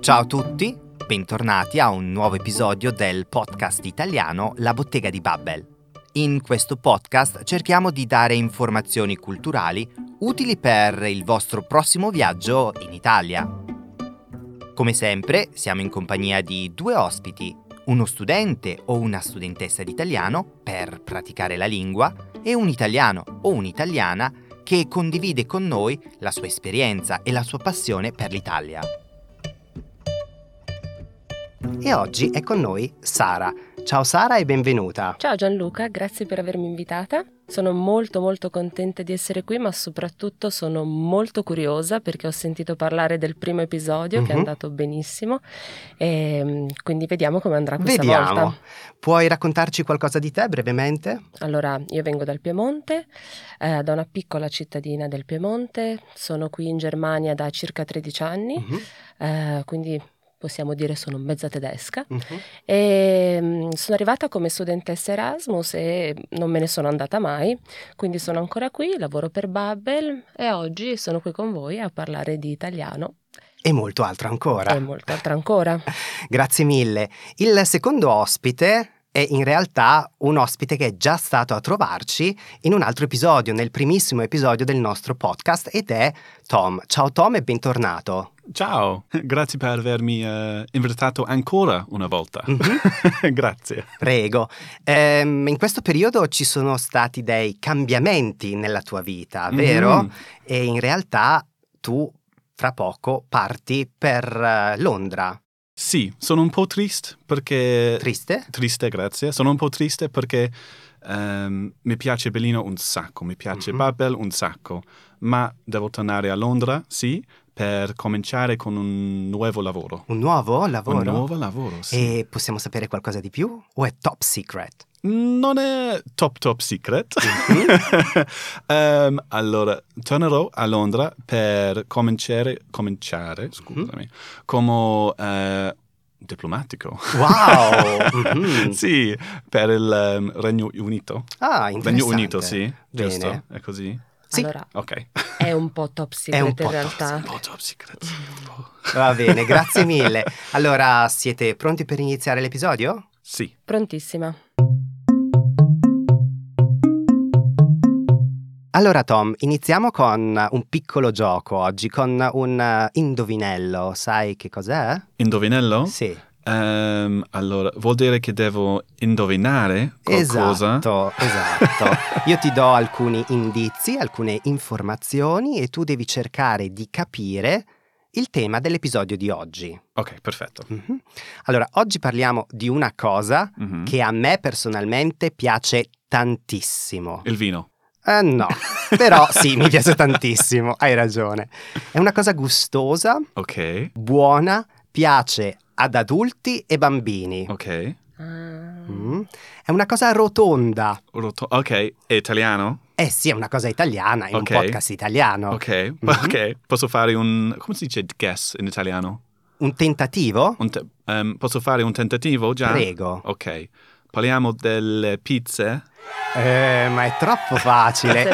Ciao a tutti, bentornati a un nuovo episodio del podcast italiano La Bottega di Babbel. In questo podcast cerchiamo di dare informazioni culturali utili per il vostro prossimo viaggio in Italia. Come sempre, siamo in compagnia di due ospiti, uno studente o una studentessa di italiano per praticare la lingua e un italiano o un'italiana che condivide con noi la sua esperienza e la sua passione per l'Italia. E oggi è con noi Sara. Ciao Sara e benvenuta. Ciao Gianluca, grazie per avermi invitata. Sono molto contenta di essere qui, ma soprattutto sono molto curiosa perché ho sentito parlare del primo episodio che è andato benissimo e quindi vediamo come andrà questa volta. Puoi raccontarci qualcosa di te brevemente? Allora, io vengo dal Piemonte, da una piccola cittadina del Piemonte, sono qui in Germania da circa 13 anni, quindi possiamo dire sono mezza tedesca e sono arrivata come studentessa Erasmus e non me ne sono andata mai, quindi sono ancora qui, lavoro per Babbel e oggi sono qui con voi a parlare di italiano. E molto altro ancora. Grazie mille. Il secondo ospite è in realtà un ospite che è già stato a trovarci in un altro episodio, nel primissimo episodio del nostro podcast, ed è Tom. Ciao Tom e bentornato. Ciao, grazie per avermi invitato ancora una volta. Grazie. Prego. In questo periodo ci sono stati dei cambiamenti nella tua vita, vero? E in realtà tu fra poco parti per Londra. Sì, sono un po' triste perché... Triste? Triste, grazie. Sono un po' triste perché mi piace Berlino un sacco, mi piace Babbel un sacco, ma devo tornare a Londra, sì, per cominciare con un nuovo lavoro. Un nuovo lavoro? Un nuovo lavoro, sì. E possiamo sapere qualcosa di più? O è top secret? Non è top secret. Allora, tornerò a Londra per cominciare, scusami, come diplomatico. Wow! Sì, per il Regno Unito. Ah, interessante. Regno Unito, sì, bene. Giusto? È così? Sì. Allora, ok. È un po' top secret in realtà. Un po' top secret. Va bene, grazie mille. Allora, siete pronti per iniziare l'episodio? Sì. Prontissima. Allora Tom, iniziamo con un piccolo gioco oggi, con un indovinello. Sai che cos'è? Indovinello? Sì. Allora, vuol dire che devo indovinare qualcosa? Esatto. Io ti do alcuni indizi, alcune informazioni e tu devi cercare di capire il tema dell'episodio di oggi. Ok, perfetto. Allora, oggi parliamo di una cosa che a me personalmente piace tantissimo. Il vino? No, però sì, mi piace tantissimo, hai ragione. È una cosa gustosa, ok, buona, piace ad adulti e bambini. ok. È una cosa rotonda. Ok, è italiano? Eh sì, è una cosa italiana, è un podcast italiano. Ok, posso fare come si dice guess in italiano? Un tentativo? Posso fare un tentativo già? Prego. Ok, parliamo delle pizze? Ma è troppo facile.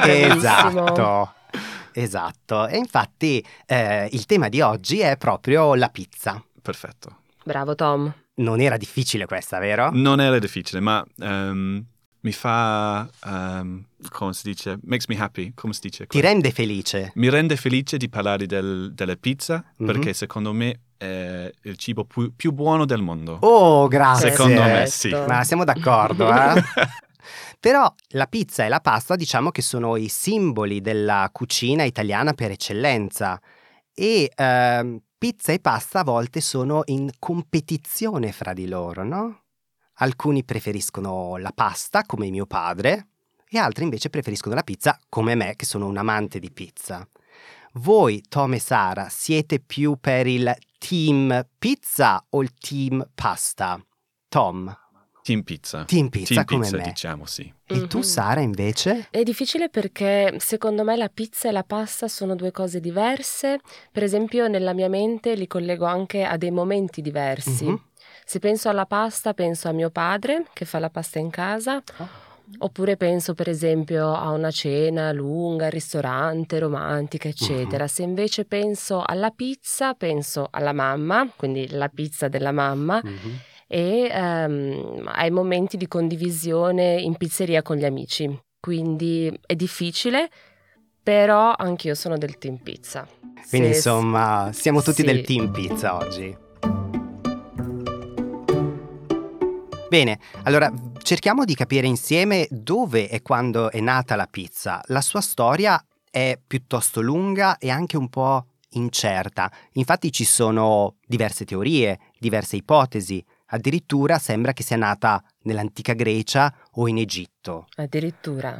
Esatto. E infatti il tema di oggi è proprio la pizza. Perfetto. Bravo Tom. Non era difficile questa, vero? Non era difficile, ma mi fa, come si dice, makes me happy, come si dice? Ti rende felice? Mi rende felice di parlare della pizza, perché secondo me è il cibo più buono del mondo. Oh, grazie! Secondo me sì. Ma siamo d'accordo, eh? Però la pizza e la pasta diciamo che sono i simboli della cucina italiana per eccellenza e pizza e pasta a volte sono in competizione fra di loro, no? Alcuni preferiscono la pasta, come mio padre, e altri invece preferiscono la pizza, come me, che sono un amante di pizza. Voi, Tom e Sara, siete più per il team pizza o il team pasta? Tom? Team pizza. Team pizza come me. Diciamo sì. E tu Sara invece? È difficile perché secondo me la pizza e la pasta sono due cose diverse. Per esempio nella mia mente li collego anche a dei momenti diversi. Se penso alla pasta penso a mio padre che fa la pasta in casa Oppure penso per esempio a una cena lunga, al ristorante, romantica, eccetera. Se invece penso alla pizza, penso alla mamma, quindi la pizza della mamma, e ai momenti di condivisione in pizzeria con gli amici. Quindi è difficile, però anch'io sono del team pizza. Quindi insomma siamo tutti Sì. del team pizza oggi. Bene, allora cerchiamo di capire insieme dove e quando è nata la pizza. La sua storia è piuttosto lunga e anche un po' incerta. Infatti ci sono diverse teorie, diverse ipotesi. Addirittura sembra che sia nata nell'antica Grecia o in Egitto. Addirittura.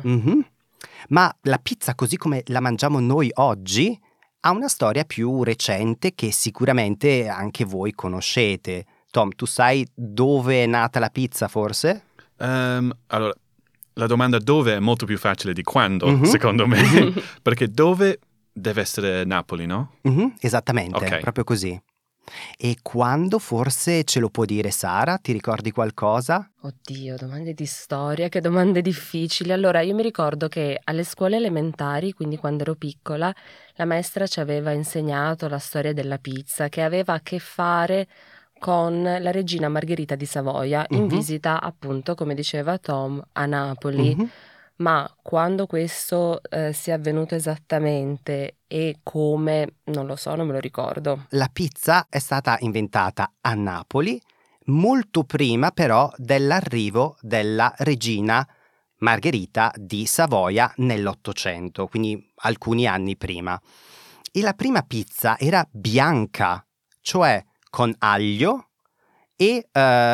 Ma la pizza così come la mangiamo noi oggi ha una storia più recente che sicuramente anche voi conoscete. Tom, tu sai dove è nata la pizza forse? Allora, la domanda dove è molto più facile di quando, secondo me, perché dove deve essere Napoli, no? Esattamente, Ok. proprio così. E quando forse ce lo può dire Sara? Ti ricordi qualcosa? Oddio, domande di storia, che domande difficili. Allora, io mi ricordo che alle scuole elementari, quindi quando ero piccola, la maestra ci aveva insegnato la storia della pizza, che aveva a che fare con la regina Margherita di Savoia, in visita appunto, come diceva Tom, a Napoli. Ma quando questo sia avvenuto esattamente e come, non lo so, non me lo ricordo. La pizza è stata inventata a Napoli molto prima però dell'arrivo della regina Margherita di Savoia nell'Ottocento, quindi alcuni anni prima. E la prima pizza era bianca, cioè con aglio e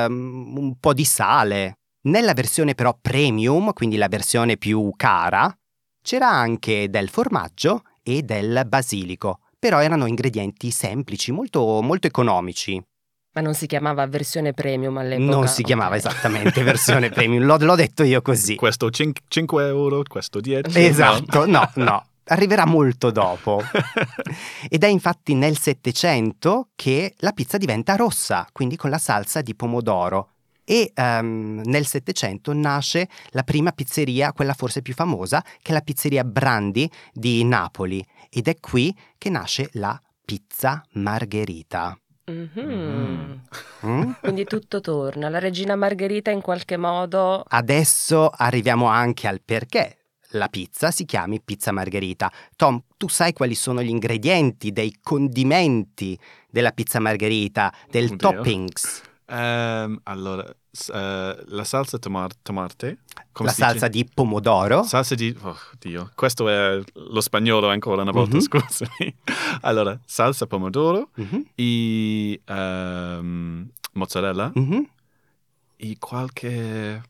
un po' di sale. Nella versione però premium, quindi la versione più cara, c'era anche del formaggio e del basilico, però erano ingredienti semplici, molto, molto economici. Ma non si chiamava versione premium all'epoca? Non si chiamava Ok. esattamente versione premium, l'ho detto io così. Questo 5 euro, questo 10. Esatto, no, arriverà molto dopo. Ed è infatti nel Settecento che la pizza diventa rossa, quindi con la salsa di pomodoro. E nel Settecento nasce la prima pizzeria, quella forse più famosa, che è la pizzeria Brandi di Napoli. Ed è qui che nasce la pizza Margherita. Quindi tutto torna. La regina Margherita in qualche modo... Adesso arriviamo anche al perché la pizza si chiami pizza Margherita. Tom, tu sai quali sono gli ingredienti, dei condimenti della pizza Margherita, del toppings? Allora, la salsa tomate. La salsa di pomodoro. Salsa di... Oh, Dio. Questo è lo spagnolo ancora una volta, scusami. Allora, salsa pomodoro e mozzarella e qualche...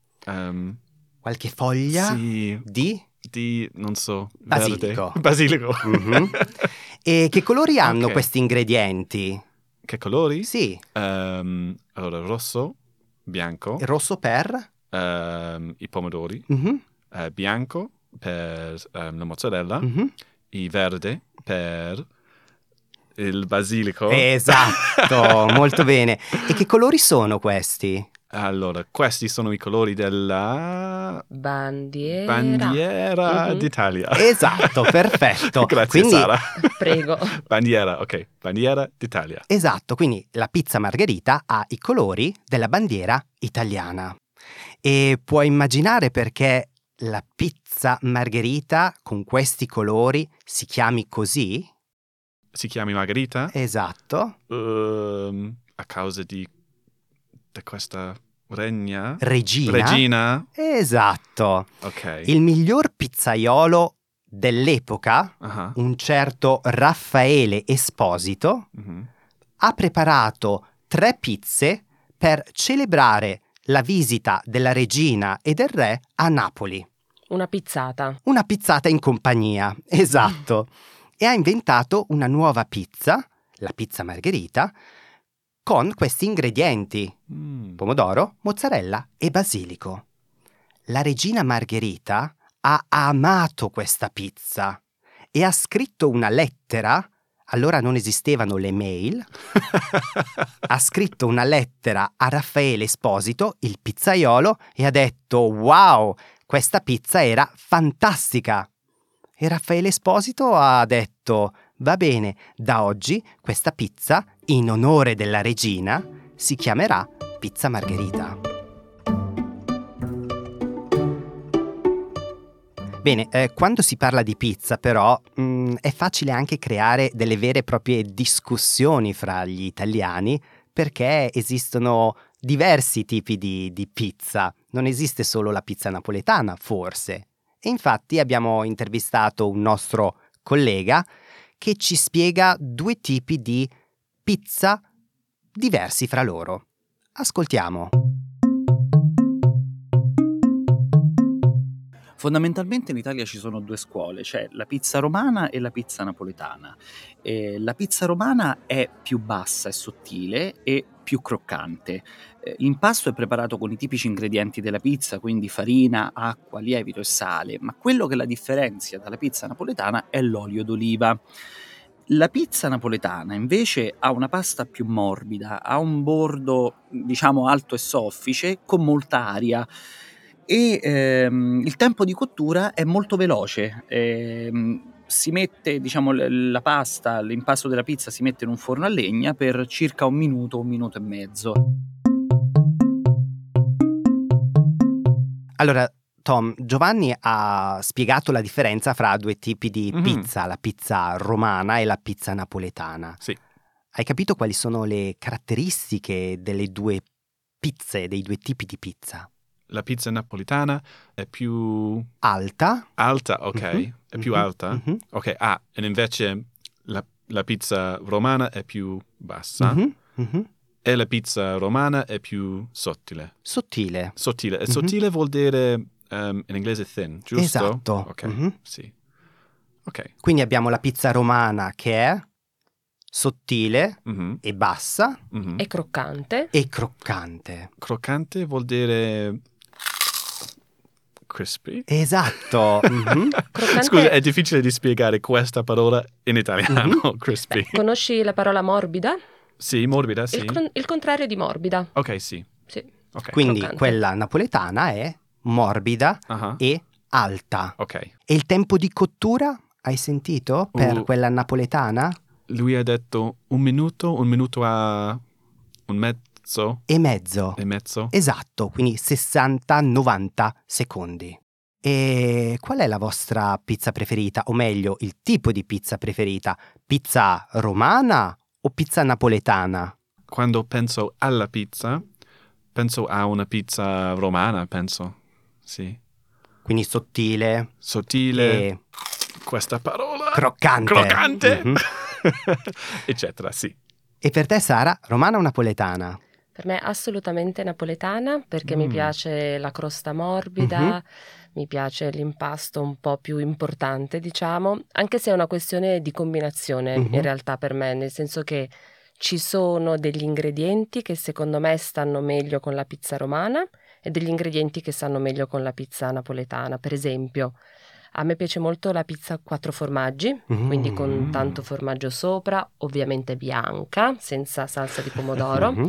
qualche foglia sì, di non so, basilico. Verde. Basilico. E che colori hanno Ok. questi ingredienti? Che colori? Sì, Allora, rosso, bianco, il rosso per? i pomodori, bianco per la mozzarella, e verde per il basilico. Esatto, molto bene. E che colori sono questi? Allora, questi sono i colori della Bandiera. d'Italia. Esatto, perfetto. Grazie, Quindi, Sara. Prego. Bandiera, ok. Bandiera d'Italia. esatto, quindi la pizza Margherita ha i colori della bandiera italiana. E puoi immaginare perché la pizza Margherita con questi colori si chiami così? Si chiami Margherita? Esatto. A causa di questa regna? Regina? Esatto. Ok. Il miglior pizzaiolo dell'epoca, Ah, un certo Raffaele Esposito, ha preparato 3 pizze per celebrare la visita della regina e del re a Napoli. Una pizzata. Una pizzata in compagnia, esatto. E ha inventato una nuova pizza, la pizza Margherita, con questi ingredienti: pomodoro, mozzarella e basilico. La regina Margherita ha amato questa pizza e ha scritto una lettera allora non esistevano le mail, ha scritto una lettera a Raffaele Esposito, il pizzaiolo, e ha detto wow, questa pizza era fantastica. E Raffaele Esposito ha detto va bene, da oggi questa pizza, in onore della regina, si chiamerà Pizza Margherita. Bene, quando si parla di pizza però è facile anche creare delle vere e proprie discussioni fra gli italiani, perché esistono diversi tipi di pizza. Non esiste solo la pizza napoletana, forse. E infatti abbiamo intervistato un nostro collega che ci spiega 2 tipi di pizza diversi fra loro. Ascoltiamo. Fondamentalmente in Italia ci sono 2 scuole, c'è la pizza romana e la pizza napoletana. La pizza romana è più bassa e sottile e più croccante. L'impasto è preparato con i tipici ingredienti della pizza, quindi farina, acqua, lievito e sale, ma quello che la differenzia dalla pizza napoletana è l'olio d'oliva. La pizza napoletana invece ha una pasta più morbida, ha un bordo, diciamo, alto e soffice, con molta aria. E il tempo di cottura è molto veloce. Si mette, diciamo, la pasta, l'impasto della pizza si mette in un forno a legna per circa 1 minuto, 1 minuto e mezzo. Allora, Tom, Giovanni ha spiegato la differenza fra 2 tipi di pizza, la pizza romana e la pizza napoletana. Sì. Hai capito quali sono le caratteristiche delle 2 pizze, dei 2 tipi di pizza? La pizza napoletana è più Alta. alta, ok, è più alta. Mhm. Ok, e invece la pizza romana è più bassa Mhm, mhm. e la pizza romana è più sottile. Sottile. Sottile. E Mhm. sottile vuol dire in inglese thin, giusto? Esatto. Ok, Mhm. sì. Ok. Quindi abbiamo la pizza romana che è sottile Mhm, e bassa mhm. È croccante. e croccante. Croccante vuol dire crispy. Esatto. Mhm. Croccante. Scusa, è difficile di spiegare questa parola in italiano, crispy. Beh, conosci la parola morbida? Sì, morbida, sì. Il contrario di morbida. Ok, sì. Sì. Ok. Quindi Croccante. quella napoletana è morbida Ah, e alta. ok. E il tempo di cottura, hai sentito, per quella napoletana? Lui ha detto 1 minuto a un mezzo E mezzo. e mezzo. Esatto, quindi 60-90 secondi. E qual è la vostra pizza preferita? O meglio, il tipo di pizza preferita? Pizza romana o pizza napoletana? Quando penso alla pizza, penso a una pizza romana, penso. Sì. Quindi sottile Sottile, e questa parola. croccante. Croccante. Mhm. Eccetera, sì. E per te, Sara, romana o napoletana? Per me assolutamente napoletana, perché mi piace la crosta morbida, mi piace l'impasto un po' più importante, diciamo, anche se è una questione di combinazione in realtà per me, nel senso che ci sono degli ingredienti che secondo me stanno meglio con la pizza romana e degli ingredienti che stanno meglio con la pizza napoletana. Per esempio, a me piace molto la pizza a 4 formaggi, quindi con tanto formaggio sopra, ovviamente bianca, senza salsa di pomodoro.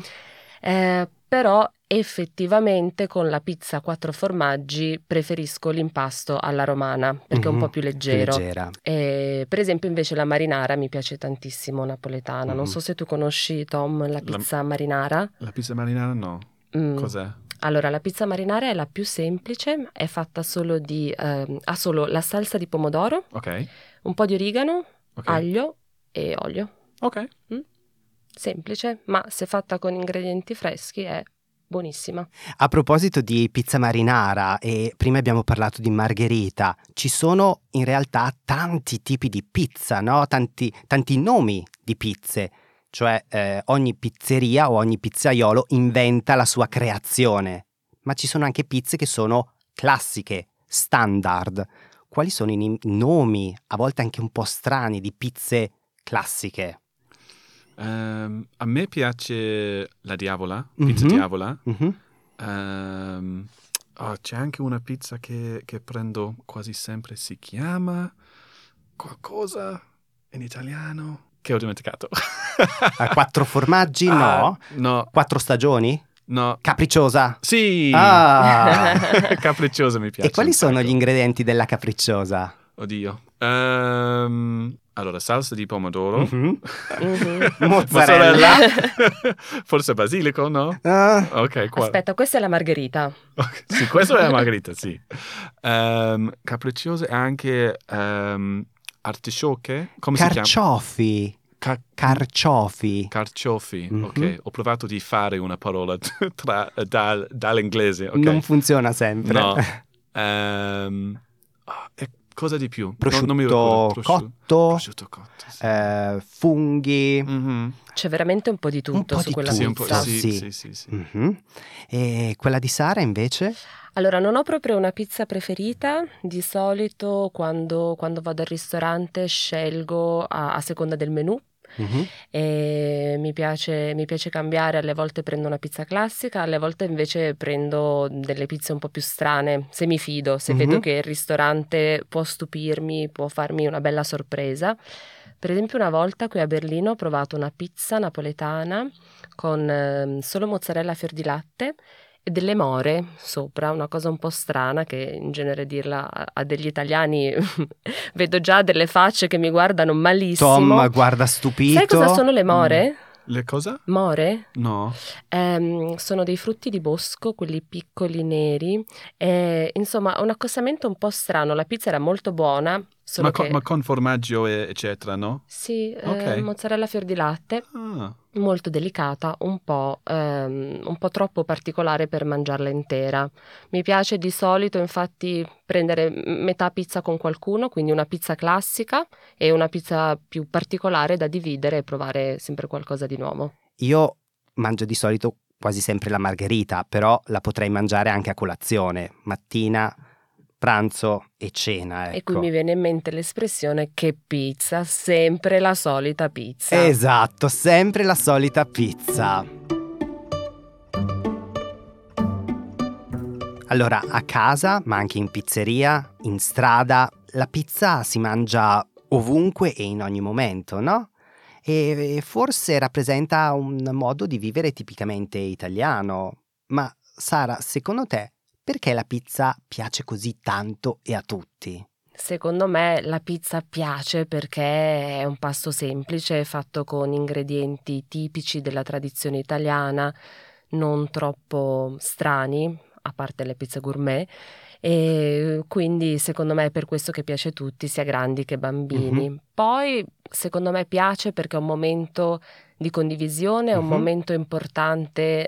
Però effettivamente con la pizza a 4 formaggi preferisco l'impasto alla romana perché è un po' più leggero. Più leggera. Per esempio invece la marinara mi piace tantissimo napoletana. Non so se tu conosci, Tom, la pizza marinara. La pizza marinara no. Cos'è? Allora, la pizza marinara è la più semplice, è fatta solo di... ha solo la salsa di pomodoro, Ok. un po' di origano, Ok. aglio e olio. Ok. Semplice, ma se fatta con ingredienti freschi è buonissima. A proposito di pizza marinara, e prima abbiamo parlato di margherita, ci sono in realtà tanti tipi di pizza, no? Tanti nomi di pizze. Cioè ogni pizzeria o ogni pizzaiolo inventa la sua creazione. Ma ci sono anche pizze che sono classiche, standard. Quali sono i nomi, a volte anche un po' strani, di pizze classiche? A me piace la diavola, pizza diavola. C'è anche una pizza che prendo quasi sempre, si chiama qualcosa in italiano. Che ho dimenticato? 4 formaggi? No. No. 4 stagioni? No. Capricciosa? Sì! Ah! Capricciosa mi piace. E quali un sono sacco. gli ingredienti della capricciosa? Oddio. Allora, salsa di pomodoro. Mhm. Mhm. Mozzarella. Forse basilico, no? Ah. Ok, qua. Aspetta, questa è la margherita. Ok, sì, questo è la margherita, sì. Capricciosa e anche artisciocche. Come si chiama? Carciofi. Carciofi. Carciofi, Mhm. ok. Ho provato di fare una parola dall'inglese, ok? Non funziona sempre. No. E cosa di più? Prosciutto non mi ricordo. cotto. Prosciutto cotto, sì. Funghi. Mhm. C'è veramente un po' di tutto Un po' su di quella tutto. Sì, un po', pizza. sì. Mhm. E quella di Sara invece? Allora, non ho proprio una pizza preferita. Di solito quando vado al ristorante scelgo a seconda del menù. Mhm. E mi piace cambiare, alle volte prendo una pizza classica, alle volte invece prendo delle pizze un po' più strane, se mi fido, se vedo Mhm. che il ristorante può stupirmi, può farmi una bella sorpresa. Per esempio una volta qui a Berlino ho provato una pizza napoletana con solo mozzarella a fior di latte e delle more sopra, una cosa un po' strana che in genere dirla a degli italiani vedo già delle facce che mi guardano malissimo. Tom guarda stupito. Sai cosa sono le more? Le cosa? More? No. Sono dei frutti di bosco, quelli piccoli neri. Insomma, un accostamento un po' strano. La pizza era molto buona, solo che... Ma con formaggio eccetera, no? Sì, Ok. mozzarella a fior di latte, Ah. molto delicata, un po' troppo particolare per mangiarla intera. Mi piace di solito, infatti, prendere metà pizza con qualcuno, quindi una pizza classica e una pizza più particolare da dividere e provare sempre qualcosa di nuovo. Io mangio di solito quasi sempre la margherita, però la potrei mangiare anche a colazione, mattina, pranzo e cena, E qui ecco. mi viene in mente l'espressione che pizza, sempre la solita pizza. Esatto, sempre la solita pizza. Allora, a casa, ma anche in pizzeria, in strada, la pizza si mangia ovunque e in ogni momento, no? E forse rappresenta un modo di vivere tipicamente italiano. Ma Sara, secondo te, perché la pizza piace così tanto e a tutti? Secondo me la pizza piace perché è un pasto semplice, fatto con ingredienti tipici della tradizione italiana, non troppo strani, a parte le pizze gourmet, e quindi secondo me è per questo che piace a tutti, sia grandi che bambini. Poi secondo me piace perché è un momento di condivisione, è un momento importante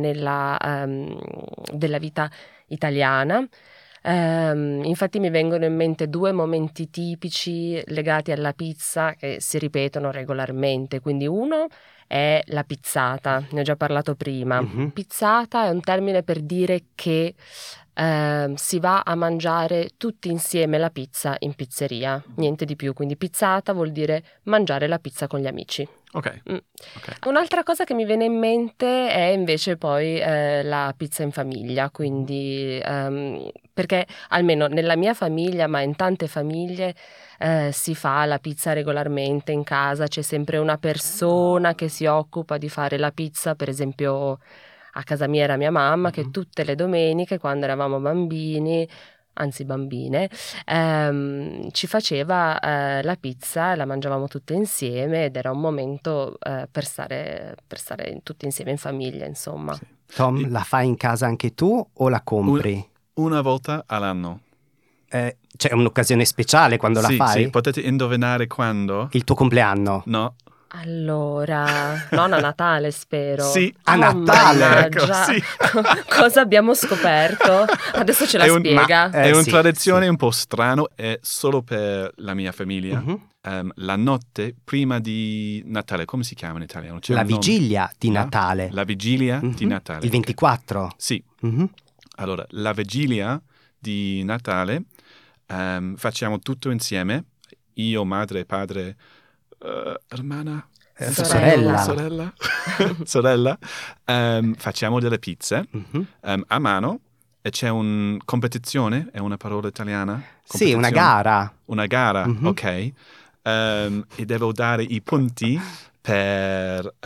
della vita italiana. Infatti mi vengono in mente 2 momenti tipici legati alla pizza che si ripetono regolarmente. Quindi uno è la pizzata, ne ho già parlato prima. Pizzata è un termine per dire che si va a mangiare tutti insieme la pizza in pizzeria, niente di più. Quindi pizzata vuol dire mangiare la pizza con gli amici. Ok. Un'altra cosa che mi viene in mente è invece poi la pizza in famiglia, quindi perché almeno nella mia famiglia, ma in tante famiglie si fa la pizza regolarmente in casa, c'è sempre una persona che si occupa di fare la pizza. Per esempio a casa mia era mia mamma che tutte le domeniche, quando eravamo bambini, anzi bambine, ci faceva la pizza, la mangiavamo tutte insieme ed era un momento per stare tutti insieme in famiglia, insomma. Sì. Tom, la fai in casa anche tu o la compri? Una volta all'anno. C'è un'occasione speciale quando la fai? Sì, potete indovinare quando? Il tuo compleanno? No. Allora, non a Natale spero. Sì, a Natale, ecco, sì. Cosa abbiamo scoperto? Adesso ce la spiega. È una sì, tradizione sì. un po' strana, è solo per la mia famiglia. La notte prima di Natale, come si chiama in italiano? C'è La un nome? vigilia di No? Natale. La vigilia di Natale. Il 24. Sì. Mhm. Allora, la vigilia di Natale facciamo tutto insieme, io, madre, padre, hermana, Sorella. sorella, facciamo delle pizze a mano e c'è una competizione, è una parola italiana? Sì, una gara. Una gara, ok. e devo dare i punti per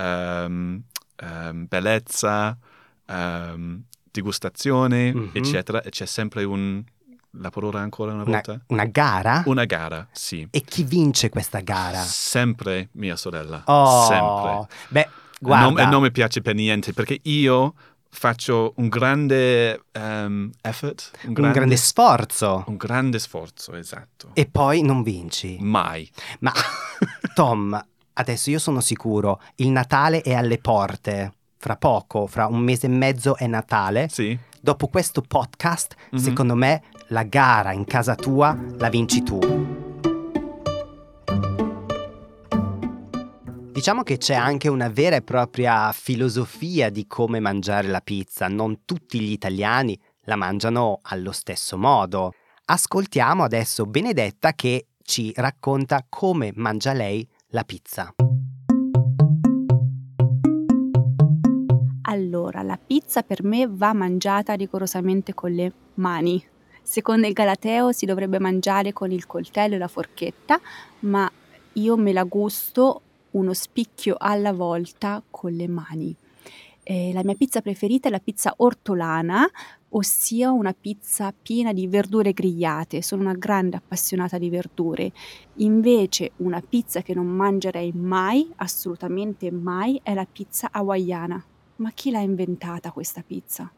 bellezza, degustazione, eccetera. E c'è sempre la parola ancora una volta? Una gara? Una gara, sì. E chi vince questa gara? Sempre mia sorella. Oh, sempre. Beh, guarda. E non mi piace per niente, perché io faccio un grande effort. Un grande sforzo. Un grande sforzo, esatto. E poi non vinci. Mai. Ma Tom, adesso io sono sicuro, il Natale è alle porte. Fra poco, fra un mese e mezzo è Natale. Sì. Dopo questo podcast, secondo me, la gara in casa tua la vinci tu. Diciamo che c'è anche una vera e propria filosofia di come mangiare la pizza. Non tutti gli italiani la mangiano allo stesso modo. Ascoltiamo adesso Benedetta che ci racconta come mangia lei la pizza. Allora, la pizza per me va mangiata rigorosamente con le mani. Secondo il Galateo si dovrebbe mangiare con il coltello e la forchetta, ma io me la gusto uno spicchio alla volta con le mani. La mia pizza preferita è la pizza ortolana, ossia una pizza piena di verdure grigliate. Sono una grande appassionata di verdure. Invece una pizza che non mangerei mai, assolutamente mai, è la pizza hawaiana. Ma chi l'ha inventata questa pizza?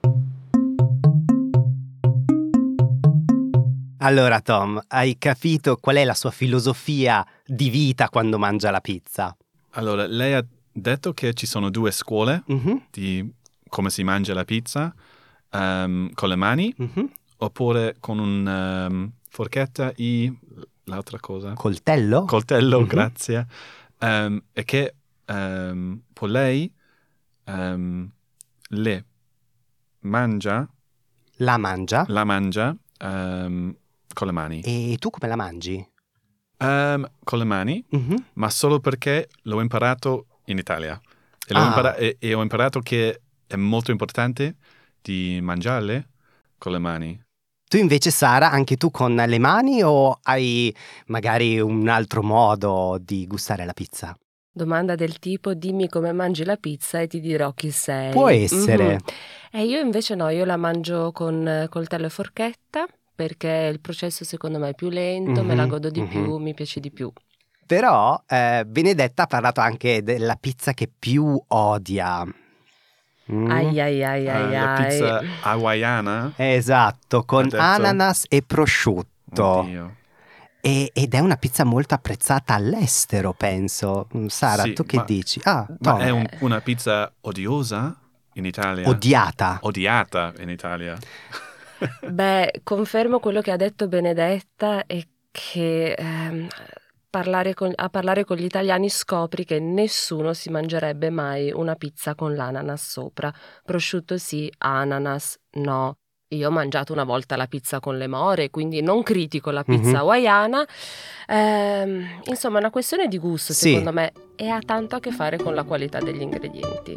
Allora Tom, hai capito qual è la sua filosofia di vita quando mangia la pizza? Allora, lei ha detto che ci sono 2 scuole di come si mangia la pizza, con le mani oppure con un forchetta e l'altra cosa? Coltello? Coltello, grazie. E che per lei le mangia? La mangia? La mangia con le mani. E tu come la mangi? Con le mani, ma solo perché l'ho imparato in Italia. E ho imparato che è molto importante di mangiarle con le mani. Tu invece, Sara, anche tu con le mani o hai magari un altro modo di gustare la pizza? Domanda del tipo dimmi come mangi la pizza e ti dirò chi sei. Può essere. E io invece no, io la mangio con coltello e forchetta perché il processo secondo me è più lento, me la godo di più, mi piace di più. Però Benedetta ha parlato anche della pizza che più odia. La pizza hawaiana? Esatto, con ananas e prosciutto. Oddio. Ed è una pizza molto apprezzata all'estero, penso. Sara, sì, tu che dici? Ma è una pizza odiosa in Italia? Odiata in Italia. Beh, confermo quello che ha detto Benedetta e che a parlare con gli italiani scopri che nessuno si mangerebbe mai una pizza con l'ananas sopra. Prosciutto sì, ananas no. Io ho mangiato una volta la pizza con le more, quindi non critico la pizza hawaiana. Insomma, è una questione di gusto, secondo me, e ha tanto a che fare con la qualità degli ingredienti.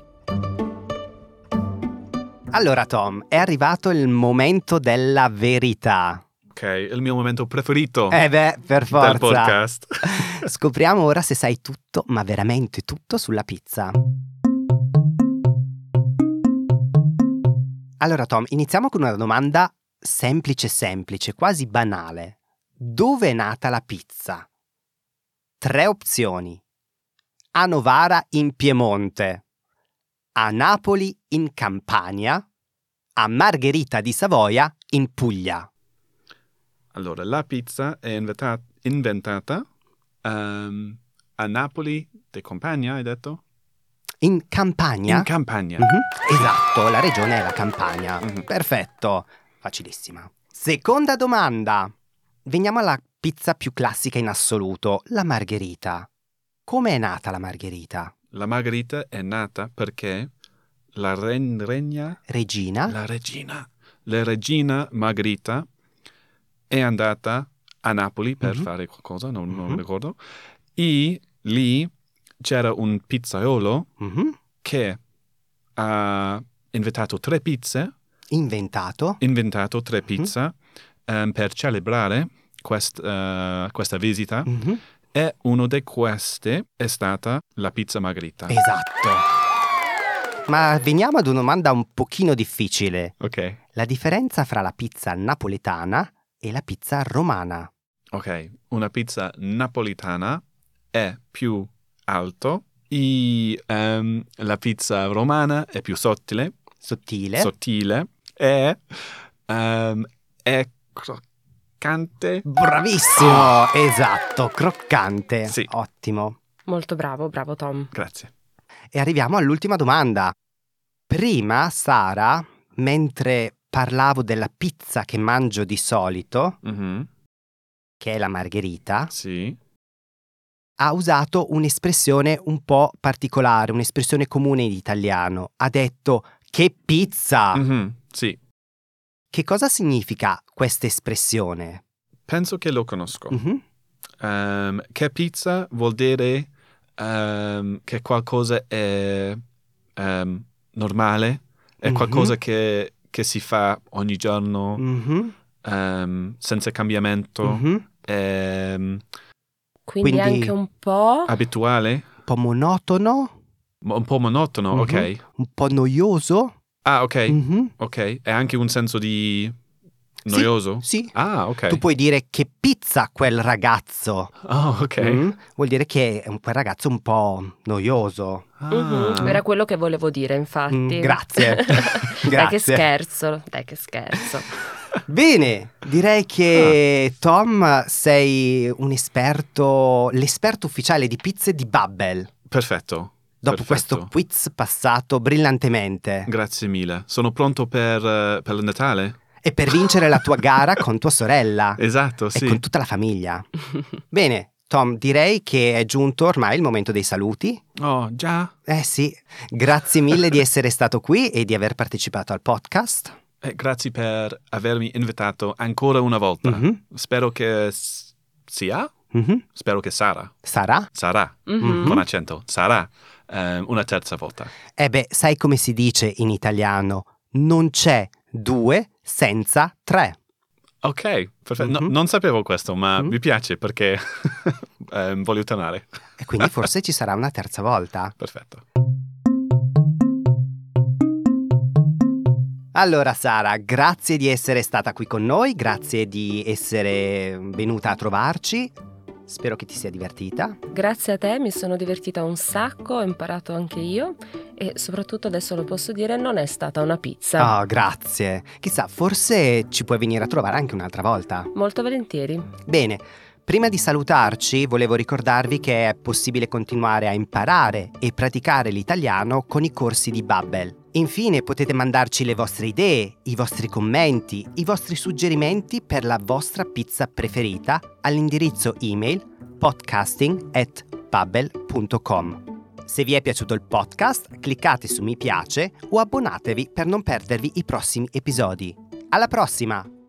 Allora, Tom, è arrivato il momento della verità. Ok, è il mio momento preferito. Per forza. Del podcast. Scopriamo ora se sai tutto, ma veramente tutto sulla pizza. Allora Tom, iniziamo con una domanda semplice, quasi banale. Dove è nata la pizza? 3 opzioni. A Novara in Piemonte, a Napoli in Campania, a Margherita di Savoia in Puglia. Allora, la pizza è inventata a Napoli di Campania, hai detto? In Campania? In Campania. Esatto, la regione è la Campania. Perfetto, facilissima. Seconda domanda. Veniamo alla pizza più classica in assoluto, la margherita. Come è nata la margherita? La margherita è nata perché la regina Margherita è andata a Napoli per fare qualcosa, non ricordo, e lì c'era un pizzaiolo che ha inventato 3 pizze. Inventato 3 pizze per celebrare questa visita E uno di queste è stata la pizza margherita. Esatto. Ma veniamo ad una domanda un pochino difficile. Ok. La differenza fra la pizza napoletana e la pizza romana. Ok, una pizza napolitana è più alto e la pizza romana è più sottile e è croccante. Bravissimo, esatto, croccante. Sì. Ottimo. Molto bravo Tom. Grazie. E arriviamo all'ultima domanda. Prima, Sara, mentre parlavo della pizza che mangio di solito, Mhm. che è la margherita, Sì. ha usato un'espressione un po' particolare, un'espressione comune in italiano. Ha detto che pizza! Mhm. Sì. Che cosa significa questa espressione? Penso che lo conosco. Mhm. Che pizza vuol dire che qualcosa è normale, è Mhm. qualcosa che si fa ogni giorno Mhm. senza cambiamento, Mhm. Quindi anche un po'... abituale, Un po' monotono, un po' monotono, Mhm. ok. un po' noioso. Ah, ok, Mhm. ok. È anche un senso di Sì, noioso? Sì. Ah, ok. Tu puoi dire che pizza quel ragazzo. Oh, ok. Vuol dire che è quel ragazzo un po' noioso. Ah. Era quello che volevo dire, infatti. Grazie. Dai che Grazie. scherzo. Bene, direi che Tom sei un esperto, l'esperto ufficiale di pizze di Babbel. Perfetto. Dopo questo quiz passato brillantemente. Grazie mille. Sono pronto per il Natale? E per vincere la tua gara con tua sorella. Esatto, E sì. con tutta la famiglia. Bene, Tom, direi che è giunto ormai il momento dei saluti. Oh, già? Sì, grazie mille di essere stato qui e di aver partecipato al podcast. Grazie per avermi invitato ancora una volta. Mhm. Spero che Mhm. Spero che sarà Sarà? Mhm. con accento, sarà una terza volta. Sai come si dice in italiano? Non c'è 2 senza 3. Ok, perfetto. Mhm. Non sapevo questo, ma Mhm. mi piace perché voglio tornare. E quindi forse ci sarà una terza volta. Perfetto. Allora Sara, grazie di essere stata qui con noi, grazie di essere venuta a trovarci. Spero che ti sia divertita. Grazie a te, mi sono divertita un sacco, ho imparato anche io e soprattutto adesso lo posso dire, non è stata una pizza. Oh, grazie. Chissà, forse ci puoi venire a trovare anche un'altra volta. Molto volentieri. Bene, prima di salutarci volevo ricordarvi che è possibile continuare a imparare e praticare l'italiano con i corsi di Babbel. Infine potete mandarci le vostre idee, i vostri commenti, i vostri suggerimenti per la vostra pizza preferita all'indirizzo email podcasting@babbel.com. Se vi è piaciuto il podcast, cliccate su mi piace o abbonatevi per non perdervi i prossimi episodi. Alla prossima!